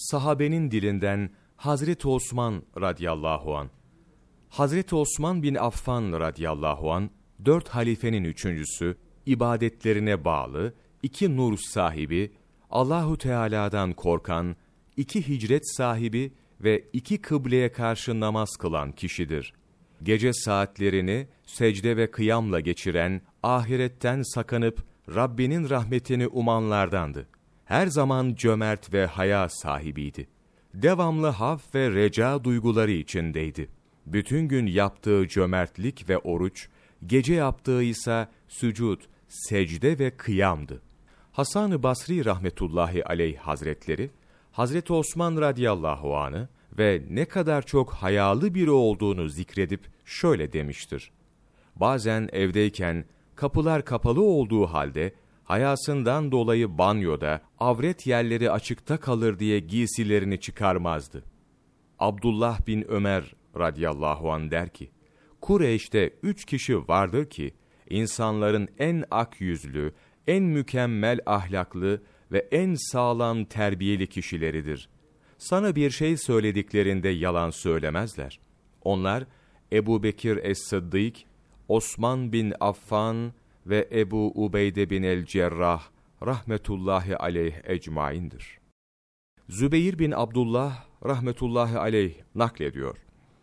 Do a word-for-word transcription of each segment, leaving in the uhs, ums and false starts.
sahabenin dilinden Hazreti Osman radıyallahu an. Hazreti Osman bin Affan radıyallahu an, dört halifenin üçüncüsü, ibadetlerine bağlı, iki nur sahibi, Allahu Teala'dan korkan, iki hicret sahibi ve iki kıbleye karşı namaz kılan kişidir. Gece saatlerini secde ve kıyamla geçiren, ahiretten sakınıp Rabbinin rahmetini umanlardandı. Her zaman cömert ve haya sahibiydi. Devamlı haf ve reca duyguları içindeydi. Bütün gün yaptığı cömertlik ve oruç, gece yaptığı ise sücud, secde ve kıyamdı. Hasan-ı Basri rahmetullahi aleyh hazretleri, Hazreti Osman radıyallahu anh'ı ve ne kadar çok hayalı biri olduğunu zikredip şöyle demiştir. Bazen evdeyken kapılar kapalı olduğu halde hayasından dolayı banyoda avret yerleri açıkta kalır diye giysilerini çıkarmazdı. Abdullah bin Ömer radıyallahu anh der ki, Kureyş'te üç kişi vardır ki, insanların en ak yüzlü, en mükemmel ahlaklı ve en sağlam terbiyeli kişileridir. Sana bir şey söylediklerinde yalan söylemezler. Onlar, Ebu Bekir es-Sıddık, Osman bin Affan ve Ebu Ubeyde bin el-Cerrah, rahmetullahi aleyh ecmaindir. Zübeyir bin Abdullah, rahmetullahi aleyh naklediyor.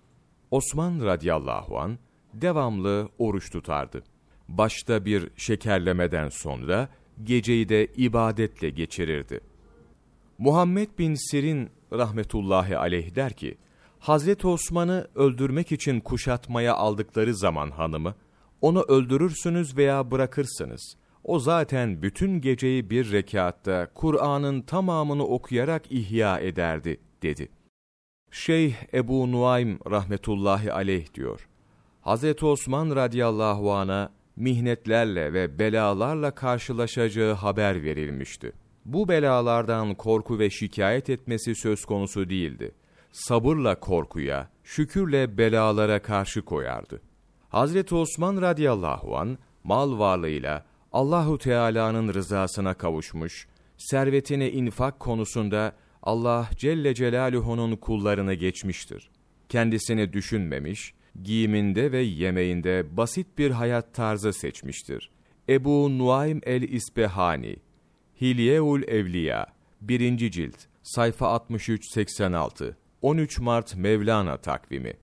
Osman radıyallahu an devamlı oruç tutardı. Başta bir şekerlemeden sonra geceyi de ibadetle geçirirdi. Muhammed bin Sirin rahmetullahi aleyh der ki, Hazreti Osman'ı öldürmek için kuşatmaya aldıkları zaman hanımı, onu öldürürsünüz veya bırakırsınız. O zaten bütün geceyi bir rekatta Kur'an'ın tamamını okuyarak ihya ederdi, dedi. Şeyh Ebu Nuaym rahmetullahi aleyh diyor, Hazreti Osman radıyallahu anh'a mihnetlerle ve belalarla karşılaşacağı haber verilmişti. Bu belalardan korku ve şikayet etmesi söz konusu değildi. Sabırla korkuya, şükürle belalara karşı koyardı. Hazreti Osman radıyallahu an mal varlığıyla Allahu Teala'nın rızasına kavuşmuş, servetine infak konusunda Allah Celle Celaluhu'nun kullarını geçmiştir. Kendisini düşünmemiş, giyiminde ve yemeğinde basit bir hayat tarzı seçmiştir. Ebu Nuaym el-İsbehani, Hilyeul Evliya, birinci cilt, sayfa altmış üç seksen altı, on üç Mart Mevlana takvimi.